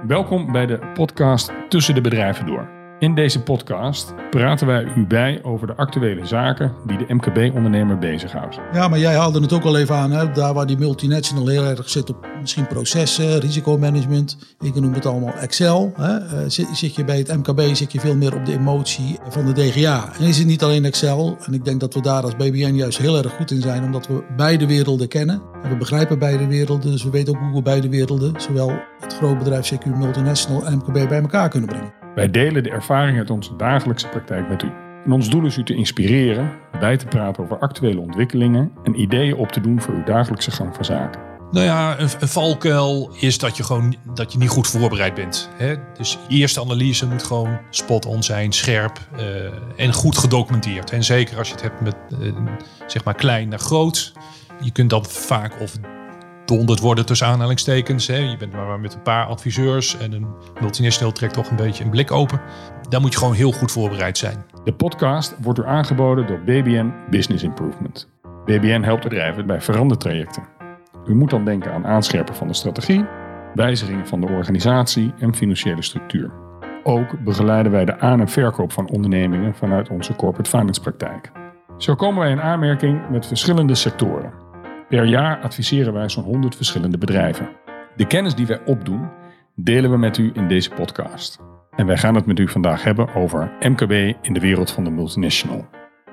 Welkom bij de podcast Tussen de Bedrijven Door. In deze podcast praten wij u bij over de actuele zaken die de MKB-ondernemer bezighoudt. Ja, maar jij haalde het ook al even aan, hè? Daar waar die multinational heel erg zit op misschien processen, risicomanagement. Ik noem het allemaal Excel. Hè? Zit je bij het MKB zit je veel meer op de emotie van de DGA. En is het niet alleen Excel. En ik denk dat we daar als BBN juist heel erg goed in zijn, omdat we beide werelden kennen. En we begrijpen beide werelden, dus we weten ook hoe we beide werelden, zowel het grootbedrijf, CQ, multinational en MKB bij elkaar kunnen brengen. Wij delen de ervaring uit onze dagelijkse praktijk met u. En ons doel is u te inspireren, bij te praten over actuele ontwikkelingen en ideeën op te doen voor uw dagelijkse gang van zaken. Nou ja, een valkuil is dat je niet goed voorbereid bent. Hè? Dus je eerste analyse moet gewoon spot-on zijn, scherp en goed gedocumenteerd. En zeker als je het hebt met zeg maar klein naar groot. Je kunt dan vaak of donderd worden tussen aanhalingstekens. Hè? Je bent maar met een paar adviseurs en een multinational trekt toch een beetje een blik open. Daar moet je gewoon heel goed voorbereid zijn. De podcast wordt u aangeboden door BBN Business Improvement. BBN helpt bedrijven bij verandertrajecten. U moet dan denken aan aanscherpen van de strategie, wijzigingen van de organisatie en financiële structuur. Ook begeleiden wij de aan- en verkoop van ondernemingen vanuit onze corporate finance praktijk. Zo komen wij in aanmerking met verschillende sectoren. Per jaar adviseren wij zo'n 100 verschillende bedrijven. De kennis die wij opdoen, delen we met u in deze podcast. En wij gaan het met u vandaag hebben over MKB in de wereld van de multinational.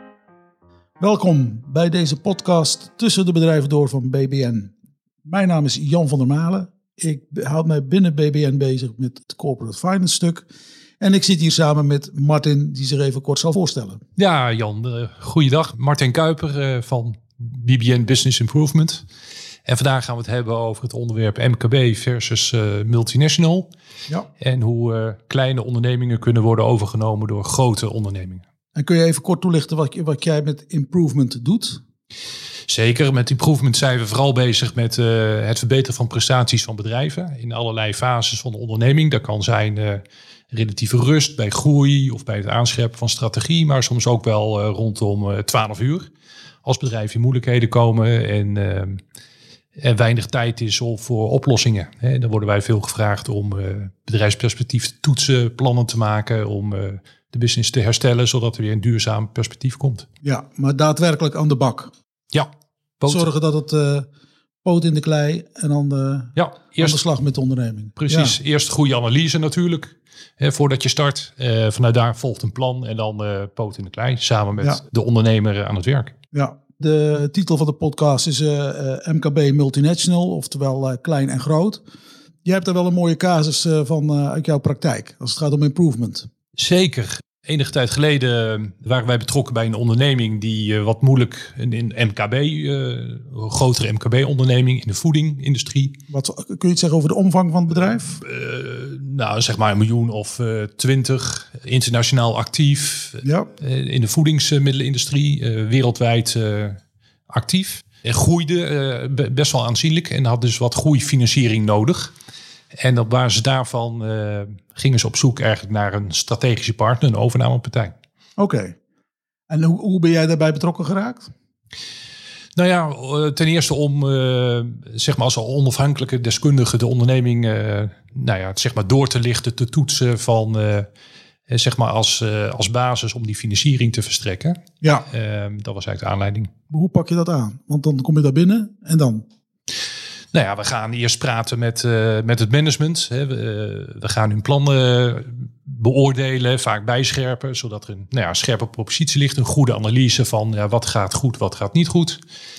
Welkom bij deze podcast Tussen de Bedrijven Door van BBN. Mijn naam is Jan van der Malen. Ik houd mij binnen BBN bezig met het corporate finance stuk. En ik zit hier samen met Martin, die zich even kort zal voorstellen. Ja, Jan, goeiedag. Martin Kuiper van BBN Business Improvement. En vandaag gaan we het hebben over het onderwerp MKB versus multinational. Ja. En hoe kleine ondernemingen kunnen worden overgenomen door grote ondernemingen. En kun je even kort toelichten wat jij met improvement doet? Zeker, met improvement zijn we vooral bezig met het verbeteren van prestaties van bedrijven. In allerlei fases van de onderneming. Dat kan zijn relatieve rust bij groei of bij het aanscherpen van strategie. Maar soms ook wel rondom 12 uur. Als bedrijven in moeilijkheden komen en weinig tijd is voor oplossingen. Dan worden wij veel gevraagd om bedrijfsperspectief te toetsen, plannen te maken, om de business te herstellen, zodat er weer een duurzaam perspectief komt. Ja, maar daadwerkelijk aan de bak. Ja. Zorgen dat het poot in de klei en dan aan de slag met de onderneming. Precies, Ja. Eerst goede analyse natuurlijk, voordat je start. Vanuit daar volgt een plan en dan poot in de klei, samen met de ondernemer aan het werk. Ja, de titel van de podcast is MKB Multinational, oftewel klein en groot. Je hebt er wel een mooie casus van uit jouw praktijk, als het gaat om improvement. Zeker. Enige tijd geleden waren wij betrokken bij een onderneming die wat moeilijk, een MKB, grotere MKB-onderneming in de voedingindustrie. Kun je iets zeggen over de omvang van het bedrijf? Nou, zeg maar 1 miljoen of 20, internationaal actief, in de voedingsmiddelenindustrie, wereldwijd actief. En groeide best wel aanzienlijk en had dus wat groeifinanciering nodig. En op basis daarvan gingen ze op zoek eigenlijk naar een strategische partner, een overnamepartij. Oké. En hoe ben jij daarbij betrokken geraakt? Nou ja, ten eerste om zeg maar als onafhankelijke deskundige de onderneming zeg maar door te lichten, te toetsen van zeg maar als basis om die financiering te verstrekken. Ja. Dat was eigenlijk de aanleiding. Hoe pak je dat aan? Want dan kom je daar binnen en dan? Nou ja, we gaan eerst praten met het management. We gaan hun plannen beoordelen, vaak bijscherpen, zodat er een scherpe propositie ligt. Een goede analyse van wat gaat goed, wat gaat niet goed.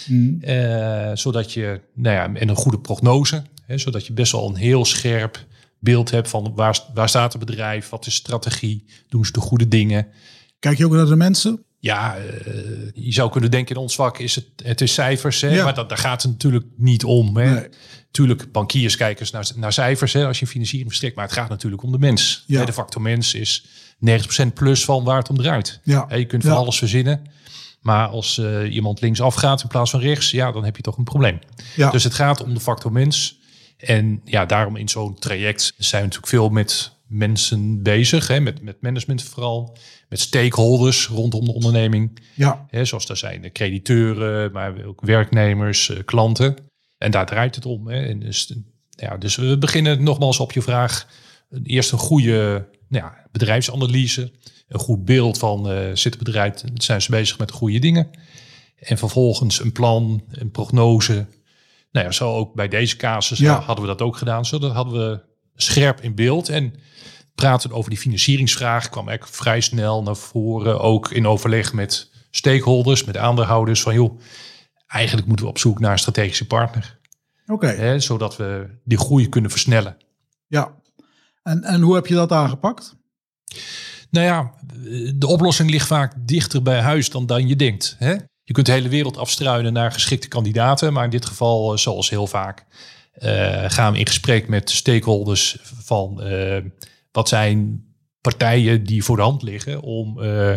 Zodat je, en een goede prognose, zodat je best wel een heel scherp beeld hebt van waar staat het bedrijf, wat is strategie, doen ze de goede dingen. Kijk je ook naar de mensen? Ja, je zou kunnen denken in ons vak het is cijfers, maar daar gaat het natuurlijk niet om. Hè. Nee. Tuurlijk, bankiers kijken naar cijfers als je financiering verstrekt, maar het gaat natuurlijk om de mens. Ja. De factor mens is 90% plus van waar het om draait. Ja. Je kunt van alles verzinnen, maar als iemand linksaf gaat in plaats van rechts, dan heb je toch een probleem. Ja. Dus het gaat om de factor mens. En daarom in zo'n traject zijn we natuurlijk veel met mensen bezig, met management vooral, met stakeholders rondom de onderneming. Ja. Zoals daar zijn de crediteuren, maar ook werknemers, klanten. En daar draait het om. En dus Ja, dus we beginnen nogmaals op je vraag. Eerst een goede bedrijfsanalyse. Een goed beeld van zit het bedrijf, zijn ze bezig met de goede dingen. En vervolgens een plan, een prognose. Nou ja, zo ook bij deze casus hadden we dat ook gedaan. Zo dat hadden we scherp in beeld. En praten over die financieringsvraag kwam eigenlijk vrij snel naar voren. Ook in overleg met stakeholders, met aandeelhouders. Van joh, eigenlijk moeten we op zoek naar een strategische partner. Oké. Zodat we die groei kunnen versnellen. Ja. En hoe heb je dat aangepakt? Nou ja, de oplossing ligt vaak dichter bij huis dan je denkt. Hè? Je kunt de hele wereld afstruinen naar geschikte kandidaten. Maar in dit geval, zoals heel vaak, gaan we in gesprek met stakeholders van wat zijn partijen die voor de hand liggen om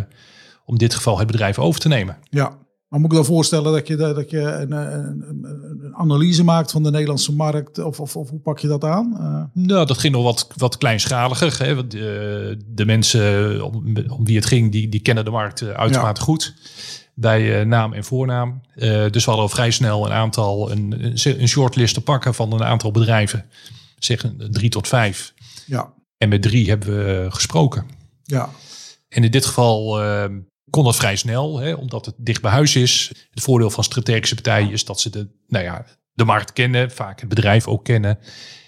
in dit geval het bedrijf over te nemen. Ja, maar moet ik dan voorstellen dat je een analyse maakt van de Nederlandse markt? Of hoe pak je dat aan? Nou, dat ging nog wat kleinschaliger. Hè? De mensen om wie het ging, die kennen de markt uitermate goed. Bij naam en voornaam. Dus we hadden al vrij snel een shortlist te pakken van een aantal bedrijven. Zeg 3 tot 5. Ja. En met 3 hebben we gesproken. Ja. En in dit geval kon dat vrij snel, omdat het dicht bij huis is. Het voordeel van strategische partijen is dat ze de markt kennen, vaak het bedrijf ook kennen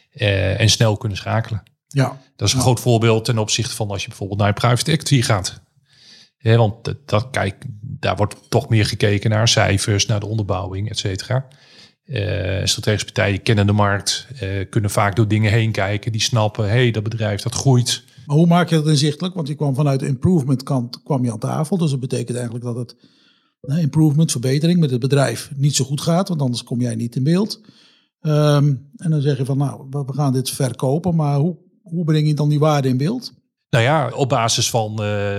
en snel kunnen schakelen. Ja. Dat is een groot voorbeeld ten opzichte van als je bijvoorbeeld naar private equity gaat. Want daar wordt toch meer gekeken naar cijfers, naar de onderbouwing, et cetera. Strategische partijen kennen de markt, kunnen vaak door dingen heen kijken. Die snappen, dat bedrijf dat groeit. Maar hoe maak je dat inzichtelijk? Want je kwam vanuit de improvement kant aan tafel. Dus dat betekent eigenlijk dat het improvement, verbetering met het bedrijf niet zo goed gaat. Want anders kom jij niet in beeld. En dan zeg je van we gaan dit verkopen. Maar hoe breng je dan die waarde in beeld? Nou ja, op basis van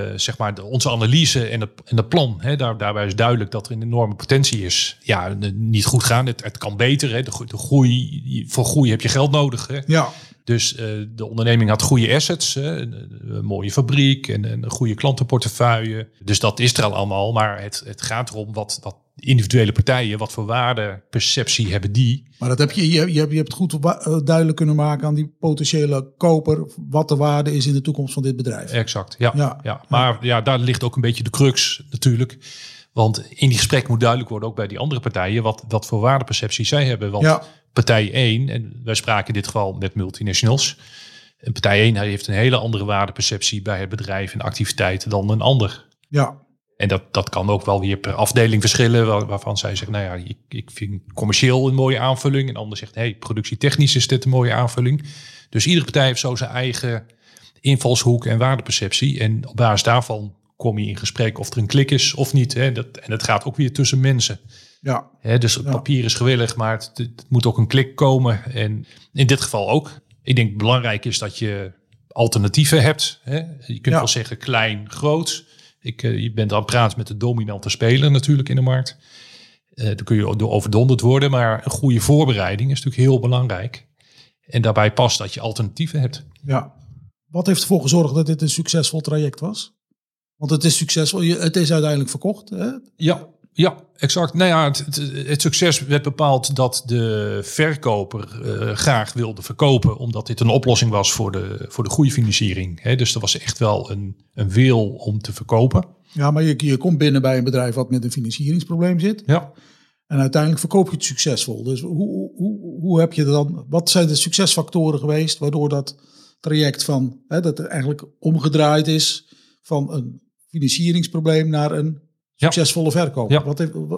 onze analyse en het plan. Daarbij is duidelijk dat er een enorme potentie is. Ja, niet goed gaan. Het kan beter. Hè. Voor groei heb je geld nodig. Hè. Ja. Dus de onderneming had goede assets. Een mooie fabriek en een goede klantenportefeuille. Dus dat is er al allemaal. Maar het gaat erom wat individuele partijen, wat voor waardeperceptie hebben die. Maar dat je hebt goed duidelijk kunnen maken aan die potentiële koper wat de waarde is in de toekomst van dit bedrijf. Exact, ja. Maar daar ligt ook een beetje de crux natuurlijk. Want in die gesprek moet duidelijk worden, ook bij die andere partijen, wat voor waardeperceptie zij hebben. Want partij 1, en wij spraken in dit geval met multinationals. En partij 1 heeft een hele andere waardeperceptie bij het bedrijf en activiteiten dan een ander. Ja. En dat kan ook wel weer per afdeling verschillen, waarvan zij zeggen, ik vind commercieel een mooie aanvulling. En de ander zegt, productietechnisch is dit een mooie aanvulling. Dus iedere partij heeft zo zijn eigen invalshoek en waardeperceptie. En op basis daarvan kom je in gesprek of er een klik is of niet. Hè. En dat gaat ook weer tussen mensen. Ja. Dus het papier is gewillig, maar het moet ook een klik komen. En in dit geval ook. Ik denk belangrijk is dat je alternatieven hebt. Hè. Je kunt wel zeggen klein, groot. Je bent aan het praten met de dominante speler natuurlijk in de markt. Dan kun je door overdonderd worden. Maar een goede voorbereiding is natuurlijk heel belangrijk. En daarbij past dat je alternatieven hebt. Ja. Wat heeft ervoor gezorgd dat dit een succesvol traject was? Want het is succesvol. Het is uiteindelijk verkocht. Hè? Ja, exact. Nou ja, het succes werd bepaald dat de verkoper graag wilde verkopen, omdat dit een oplossing was voor de goede financiering. Dus er was echt wel een wil om te verkopen. Ja, maar je komt binnen bij een bedrijf wat met een financieringsprobleem zit. Ja. En uiteindelijk verkoop je het succesvol. Dus hoe heb je dan? Wat zijn de succesfactoren geweest waardoor dat traject dat er eigenlijk omgedraaid is van een financieringsprobleem naar een succesvolle verkoop? Ja.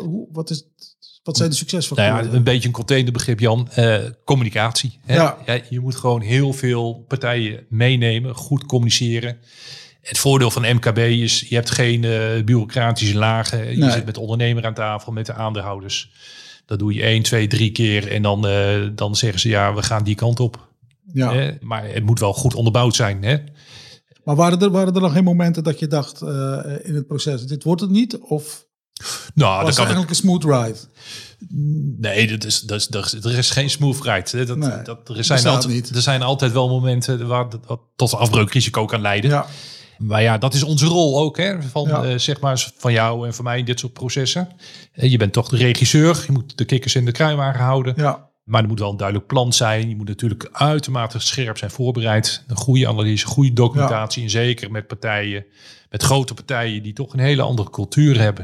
Wat zijn de succesfactoren? Nou ja, een beetje een containerbegrip, Jan. Communicatie. Hè? Ja. Je moet gewoon heel veel partijen meenemen, goed communiceren. Het voordeel van MKB is, je hebt geen bureaucratische lagen. Je zit met de ondernemer aan tafel, met de aandeelhouders. Dat doe je 1, 2, 3 keer en dan zeggen ze we gaan die kant op. Ja. Maar het moet wel goed onderbouwd zijn. Hè? Maar waren er nog geen momenten dat je dacht in het proces, dit wordt het niet? Of was het eigenlijk een smooth ride? Nee, er is geen smooth ride. Er zijn altijd wel momenten waar dat tot afbreukrisico kan leiden. Ja. Maar dat is onze rol ook. Hè, van jou en van mij in dit soort processen. Je bent toch de regisseur. Je moet de kikkers in de kruiwagen houden. Ja. Maar er moet wel een duidelijk plan zijn. Je moet natuurlijk uitermate scherp zijn voorbereid. Een goede analyse, goede documentatie. En zeker met partijen, met grote partijen die toch een hele andere cultuur hebben.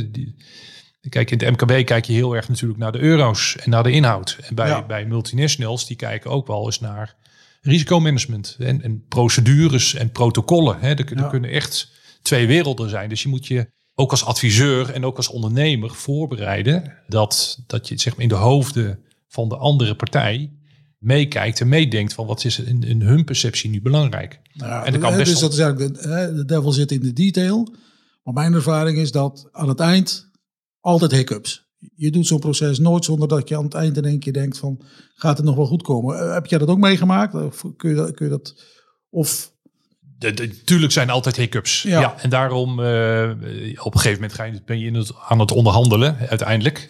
Kijk, in de MKB kijk je heel erg natuurlijk naar de euro's en naar de inhoud. En bij multinationals, die kijken ook wel eens naar risicomanagement en procedures en protocollen. Er kunnen echt twee werelden zijn. Dus je moet je ook als adviseur en ook als ondernemer voorbereiden dat je zeg maar in de hoofden van de andere partij meekijkt en meedenkt van wat is in hun perceptie nu belangrijk. Ja, en dat is eigenlijk de devil zit in de detail. Maar mijn ervaring is dat aan het eind altijd hiccups. Je doet zo'n proces nooit zonder dat je aan het eind in één keer denkt van gaat het nog wel goed komen? Heb jij dat ook meegemaakt? Of kun je dat of... Tuurlijk zijn er altijd hiccups. Ja, en daarom op een gegeven moment ben je aan het onderhandelen uiteindelijk.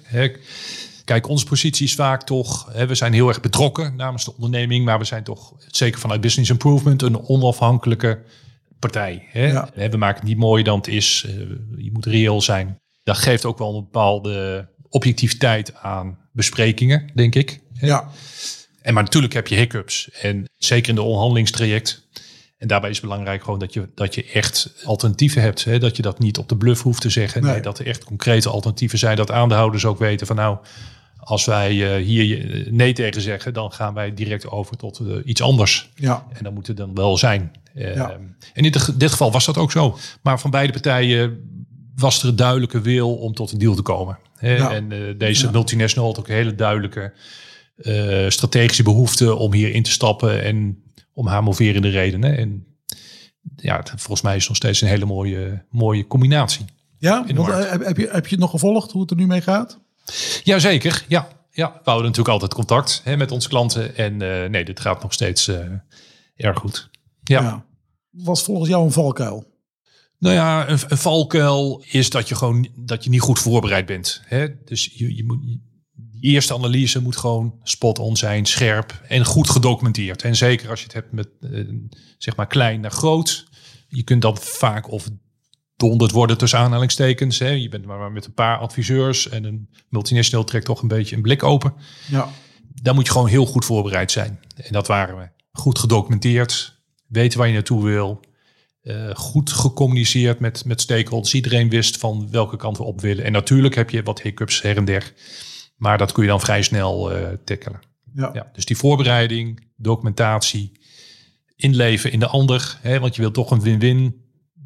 Kijk, onze positie is vaak toch, we zijn heel erg betrokken namens de onderneming, maar we zijn toch, zeker vanuit Business Improvement, een onafhankelijke partij. We maken het niet mooier dan het is. Je moet reëel zijn. Dat geeft ook wel een bepaalde objectiviteit aan besprekingen, denk ik. Ja. Maar natuurlijk heb je hiccups. En zeker in de onderhandelingstraject. En daarbij is het belangrijk gewoon dat je echt alternatieven hebt. Dat je dat niet op de bluff hoeft te zeggen. Nee, dat er echt concrete alternatieven zijn. Dat aandeelhouders ook weten van nou, als wij hier nee tegen zeggen, dan gaan wij direct over tot iets anders. Ja. En dat moet het dan wel zijn. En in dit geval was dat ook zo. Maar van beide partijen was er een duidelijke wil om tot een deal te komen. En deze multinational had ook een hele duidelijke strategische behoefte om hier in te stappen en om haar moverende redenen. En volgens mij is het nog steeds een hele mooie combinatie. Ja, heb je het nog gevolgd hoe het er nu mee gaat? Jazeker, ja. We houden natuurlijk altijd contact met onze klanten. En dit gaat nog steeds erg goed. Ja. Was volgens jou een valkuil? Nou ja, een valkuil is dat je niet goed voorbereid bent. Dus je moet... Die eerste analyse moet gewoon spot-on zijn, scherp en goed gedocumenteerd. En zeker als je het hebt met zeg maar klein naar groot. Je kunt dan vaak of donderd worden tussen aanhalingstekens. Je bent maar met een paar adviseurs en een multinational trekt toch een beetje een blik open. Ja. Dan moet je gewoon heel goed voorbereid zijn. En dat waren we. Goed gedocumenteerd, weten waar je naartoe wil. Goed gecommuniceerd met stakeholders. Iedereen wist van welke kant we op willen. En natuurlijk heb je wat hiccups her en der. Maar dat kun je dan vrij snel tackelen. Ja. Dus die voorbereiding, documentatie, inleven in de ander. Want je wilt toch een win-win.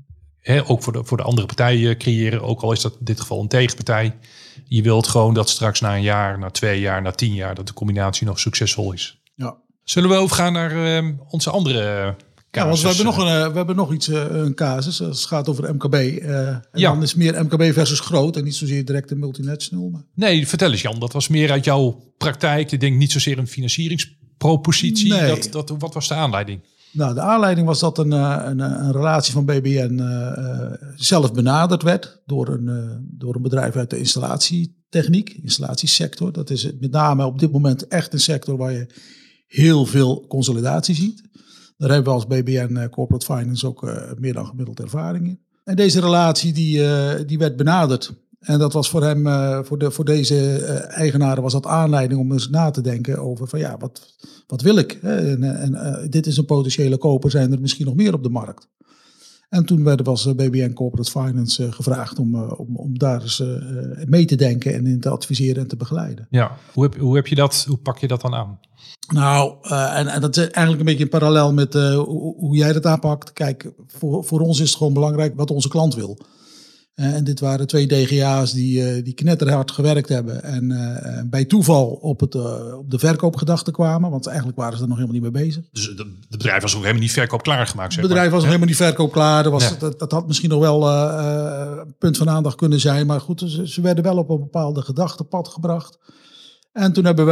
Ook voor de andere partij creëren. Ook al is dat in dit geval een tegenpartij. Je wilt gewoon dat straks na een jaar, na 2 jaar, na 10 jaar... dat de combinatie nog succesvol is. Ja. Zullen we overgaan naar onze andere casus? Ja, want we hebben nog iets, een casus. Het gaat over MKB. Dan is meer MKB versus groot en niet zozeer direct een multinational. Maar... Nee, vertel eens Jan. Dat was meer uit jouw praktijk. Ik denk niet zozeer een financieringspropositie. Nee. Wat was de aanleiding? Nou, de aanleiding was dat een relatie van BBN zelf benaderd werd door een bedrijf uit de installatiesector. Dat is met name op dit moment echt een sector waar je heel veel consolidatie ziet. Daar hebben we als BBN Corporate Finance ook meer dan gemiddeld ervaring in. En deze relatie die werd benaderd. En dat was voor hem, voor deze eigenaren was dat aanleiding om eens na te denken over van wat wil ik? En dit is een potentiële koper, zijn er misschien nog meer op de markt? En toen was BBN Corporate Finance gevraagd om daar eens mee te denken en in te adviseren en te begeleiden. Ja, hoe pak je dat dan aan? Nou, en dat is eigenlijk een beetje in parallel met hoe jij dat aanpakt. Kijk, voor ons is het gewoon belangrijk wat onze klant wil. En dit waren 2 DGA's die knetterhard gewerkt hebben. En bij toeval op de verkoopgedachte kwamen. Want eigenlijk waren ze er nog helemaal niet mee bezig. Dus het bedrijf was ook helemaal niet verkoop klaargemaakt. Het bedrijf was nog helemaal niet verkoop klaar. Dat had misschien nog wel een punt van aandacht kunnen zijn. Maar goed, ze werden wel op een bepaalde gedachtepad gebracht. En toen hebben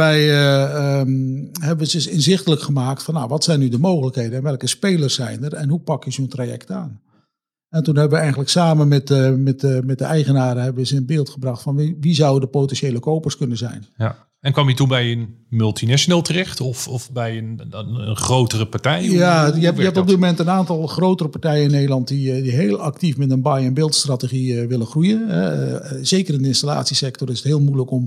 we ze eens inzichtelijk gemaakt van wat zijn nu de mogelijkheden en welke spelers zijn er en hoe pak je zo'n traject aan. En toen hebben we eigenlijk samen met de eigenaren hebben we ze in beeld gebracht van wie zouden de potentiële kopers kunnen zijn. Ja. En kwam je toen bij een multinational terecht of bij een grotere partij? Je hebt op dit moment een aantal grotere partijen in Nederland die heel actief met een buy-and-build strategie willen groeien. Zeker in de installatiesector is het heel moeilijk om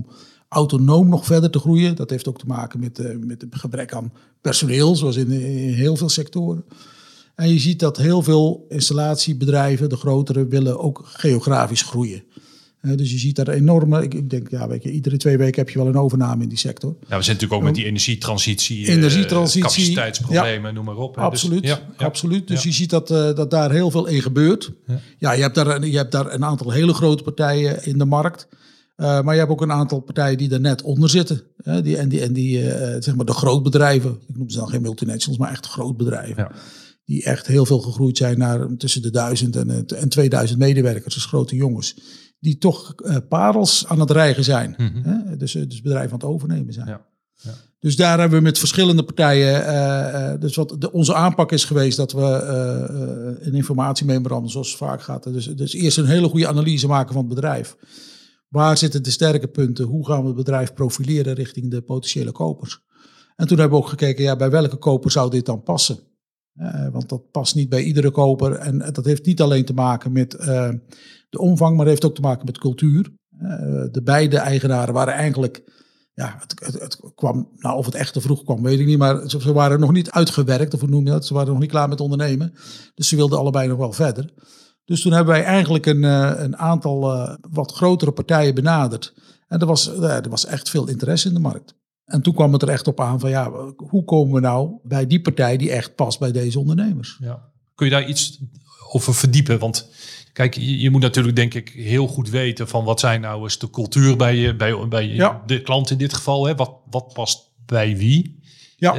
autonoom nog verder te groeien. Dat heeft ook te maken met het gebrek aan personeel, zoals in heel veel sectoren. En je ziet dat heel veel installatiebedrijven, de grotere, willen ook geografisch groeien. Dus je ziet daar enorme, ik denk, iedere 2 weken heb je wel een overname in die sector. Nou, we zijn natuurlijk ook met die energietransitie, capaciteitsproblemen, noem maar op. Absoluut, dus, absoluut. Dus je ziet dat daar heel veel in gebeurt. Ja, je hebt daar een aantal hele grote partijen in de markt. Maar je hebt ook een aantal partijen die er net onder zitten. Zeg maar de grootbedrijven, ik noem ze dan geen multinationals, maar echt grootbedrijven. Ja. Die echt heel veel gegroeid zijn naar tussen de 1000 en 2000 medewerkers, dus grote jongens. Die toch parels aan het rijgen zijn. Mm-hmm. Dus bedrijven aan het overnemen zijn. Ja. Ja. Dus daar hebben we met verschillende partijen... onze aanpak is geweest dat we een informatiememorandum, zoals het vaak gaat. Dus eerst een hele goede analyse maken van het bedrijf. Waar zitten de sterke punten? Hoe gaan we het bedrijf profileren richting de potentiële kopers? En toen hebben we ook gekeken, bij welke koper zou dit dan passen? Want dat past niet bij iedere koper. En dat heeft niet alleen te maken met de omvang, maar heeft ook te maken met cultuur. De beide eigenaren waren eigenlijk... het kwam, of het echt te vroeg kwam, weet ik niet. Maar ze waren nog niet uitgewerkt, of hoe noem je dat? Ze waren nog niet klaar met ondernemen. Dus ze wilden allebei nog wel verder. Dus toen hebben wij eigenlijk een aantal wat grotere partijen benaderd. En er was echt veel interesse in de markt. En toen kwam het er echt op aan van hoe komen we nou bij die partij die echt past bij deze ondernemers? Ja. Kun je daar iets over verdiepen? Want kijk, je moet natuurlijk denk ik heel goed weten van wat zijn nou eens de cultuur bij de klant in dit geval. Hè? Wat past bij wie? Ja.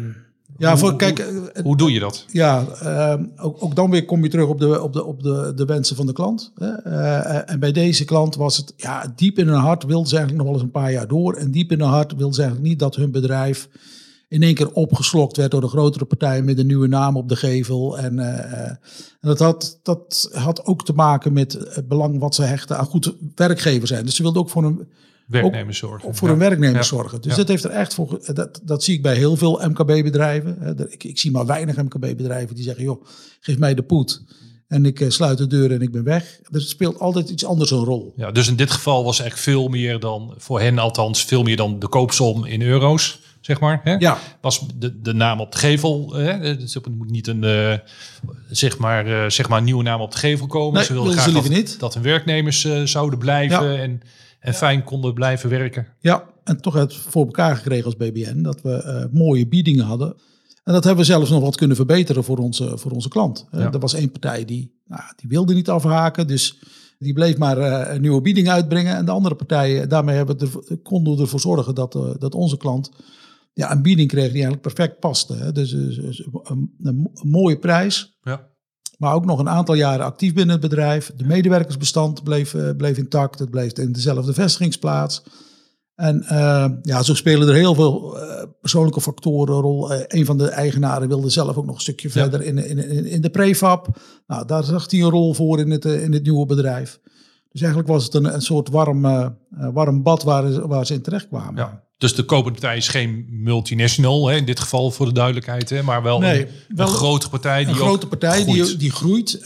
Hoe doe je dat? Ja, ook dan weer kom je terug op de wensen van de klant. En bij deze klant was het, diep in hun hart wilden ze eigenlijk nog wel eens een paar jaar door. En diep in hun hart wilden ze eigenlijk niet dat hun bedrijf in één keer opgeslokt werd door de grotere partijen met een nieuwe naam op de gevel. En dat had ook te maken met het belang wat ze hechten aan goed werkgever zijn. Dus ze wilden ook voor een werknemers zorgen. Voor hun werknemers zorgen. Dus dat heeft er echt voor. Dat zie ik bij heel veel MKB-bedrijven. Ik zie maar weinig MKB-bedrijven die zeggen: joh, geef mij de poet. En ik sluit de deur en ik ben weg. Er speelt altijd iets anders een rol. Ja, dus in dit geval was echt veel meer dan, voor hen althans, veel meer dan de koopsom in euro's. Zeg maar. Hè? Ja. Was de naam op de gevel. Hè? Dus er moet niet een zeg maar nieuwe naam op de gevel komen. Nee, ze wilden graag dat hun werknemers zouden blijven en fijn konden blijven werken. Ja, en toch het voor elkaar gekregen als BBN dat we mooie biedingen hadden. En dat hebben we zelfs nog wat kunnen verbeteren voor onze klant. Ja. Er was één partij die wilde niet afhaken, dus die bleef maar een nieuwe bieding uitbrengen. En de andere partijen, daarmee konden we ervoor zorgen dat onze klant een bieding kreeg die eigenlijk perfect paste. Hè. Dus een mooie prijs. Ja. Maar ook nog een aantal jaren actief binnen het bedrijf. De medewerkersbestand bleef intact. Het bleef in dezelfde vestigingsplaats. En zo spelen er heel veel persoonlijke factoren een rol. Een van de eigenaren wilde zelf ook nog een stukje verder in de prefab. Nou, daar zag hij een rol voor in het nieuwe bedrijf. Dus eigenlijk was het een soort warm bad waar ze in terecht kwamen. Ja. Dus de kopende is geen multinational, hè, in dit geval voor de duidelijkheid, hè, maar wel een grote partij die groeit.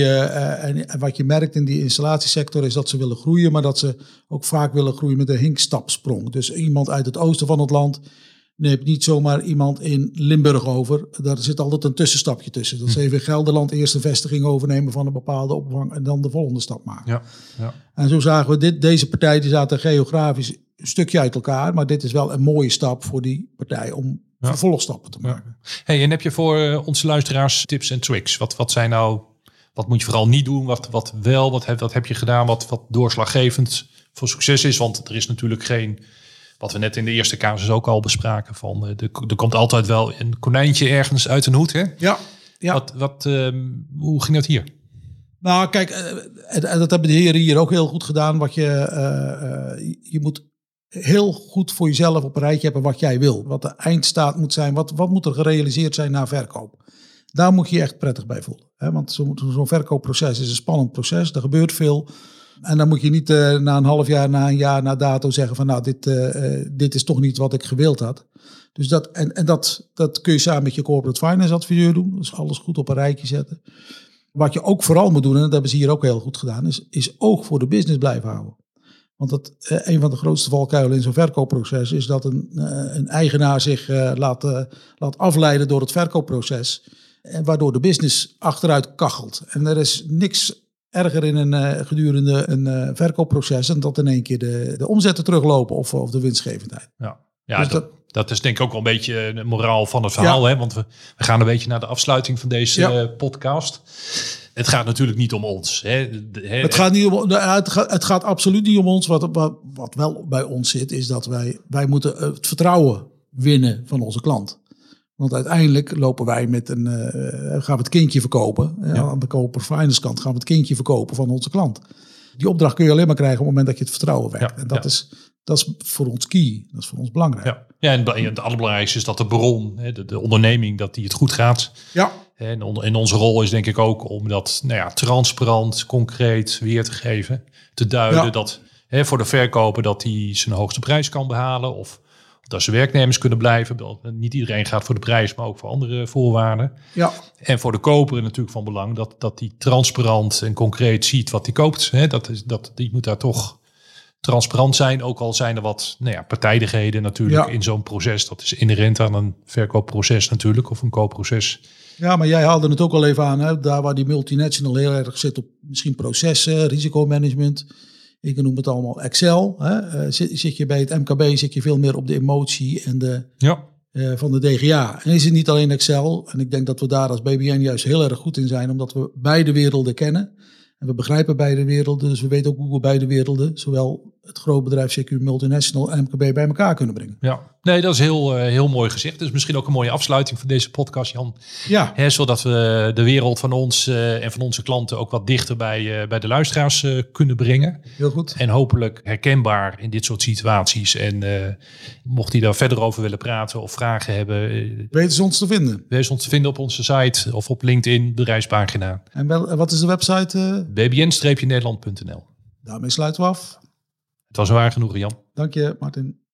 En wat je merkt in die installatiesector is dat ze willen groeien, maar dat ze ook vaak willen groeien met een hinkstapsprong. Dus iemand uit het oosten van het land neemt niet zomaar iemand in Limburg over. Daar zit altijd een tussenstapje tussen. Dat ze even in Gelderland eerst een vestiging overnemen van een bepaalde opvang en dan de volgende stap maken. Ja, ja. En zo zagen we deze partij, die zaten geografisch een stukje uit elkaar, maar dit is wel een mooie stap voor die partij om vervolgstappen te maken. Ja. Hey, en heb je voor onze luisteraars tips en tricks? Wat zijn nou, wat moet je vooral niet doen? Wat wel? Wat heb je gedaan? Wat doorslaggevend voor succes is? Want er is natuurlijk geen, wat we net in de eerste casus ook al bespraken, van er komt altijd wel een konijntje ergens uit een hoed. Hè? Ja. Hoe ging dat hier? Nou, kijk, dat hebben de heren hier ook heel goed gedaan. Je moet heel goed voor jezelf op een rijtje hebben wat jij wil. Wat de eindstaat moet zijn. Wat moet er gerealiseerd zijn na verkoop? Daar moet je je echt prettig bij voelen. Hè? Want zo'n verkoopproces is een spannend proces. Er gebeurt veel. En dan moet je niet na een half jaar, na een jaar, na dato zeggen van nou, dit is toch niet wat ik gewild had. Dus dat kun je samen met je corporate finance adviseur doen. Dus alles goed op een rijtje zetten. Wat je ook vooral moet doen, en dat hebben ze hier ook heel goed gedaan, is oog voor de business blijven houden. Want een van de grootste valkuilen in zo'n verkoopproces is dat een eigenaar zich laat afleiden door het verkoopproces. En waardoor de business achteruit kachelt. En er is niks erger gedurende een verkoopproces dan dat in één keer de omzetten teruglopen of de winstgevendheid. Ja, dus dat is denk ik ook wel een beetje de moraal van het verhaal. Hè? Want we gaan een beetje naar de afsluiting van deze podcast. Het gaat natuurlijk niet om ons. Het gaat absoluut niet om ons. Wat wel bij ons zit, is dat wij moeten het vertrouwen winnen van onze klant. Want uiteindelijk lopen wij gaan we het kindje verkopen. Ja. Aan de corporate finance kant gaan we het kindje verkopen van onze klant. Die opdracht kun je alleen maar krijgen op het moment dat je het vertrouwen wekt. En dat is voor ons key. Dat is voor ons belangrijk. Ja, en het allerbelangrijkste is dat de bron, de onderneming, dat die het goed gaat. Ja. En onze rol is denk ik ook om dat transparant, concreet weer te geven. Te duiden dat voor de verkoper dat hij zijn hoogste prijs kan behalen. Of dat zijn werknemers kunnen blijven. Niet iedereen gaat voor de prijs, maar ook voor andere voorwaarden. Ja. En voor de koper natuurlijk van belang dat die transparant en concreet ziet wat hij koopt. Die moet daar toch transparant zijn. Ook al zijn er wat partijdigheden natuurlijk in zo'n proces. Dat is inherent aan een verkoopproces natuurlijk, of een koopproces. Ja, maar jij haalde het ook al even aan. Hè? Daar waar die multinational heel erg zit op misschien processen, risicomanagement. Ik noem het allemaal Excel. Hè? Zit je bij het MKB zit je veel meer op de emotie en van de DGA. En is het niet alleen Excel. En ik denk dat we daar als BBN juist heel erg goed in zijn. Omdat we beide werelden kennen. En we begrijpen beide werelden. Dus we weten ook hoe we beide werelden, zowel het grootbedrijf, CQ, multinational en MKB bij elkaar kunnen brengen. Ja, nee, dat is heel mooi gezegd. Dus misschien ook een mooie afsluiting van deze podcast, Jan. Ja. Zodat we de wereld van ons en van onze klanten ook wat dichter bij de luisteraars kunnen brengen. Heel goed. En hopelijk herkenbaar in dit soort situaties. En mocht hij daar verder over willen praten of vragen hebben. Weten ze ons te vinden? Wees ons te vinden op onze site of op LinkedIn, de reispagina. En wat is de website? bbn-nederland.nl. Daarmee sluiten we af. Het was waar genoeg, Jan. Dank je, Martin.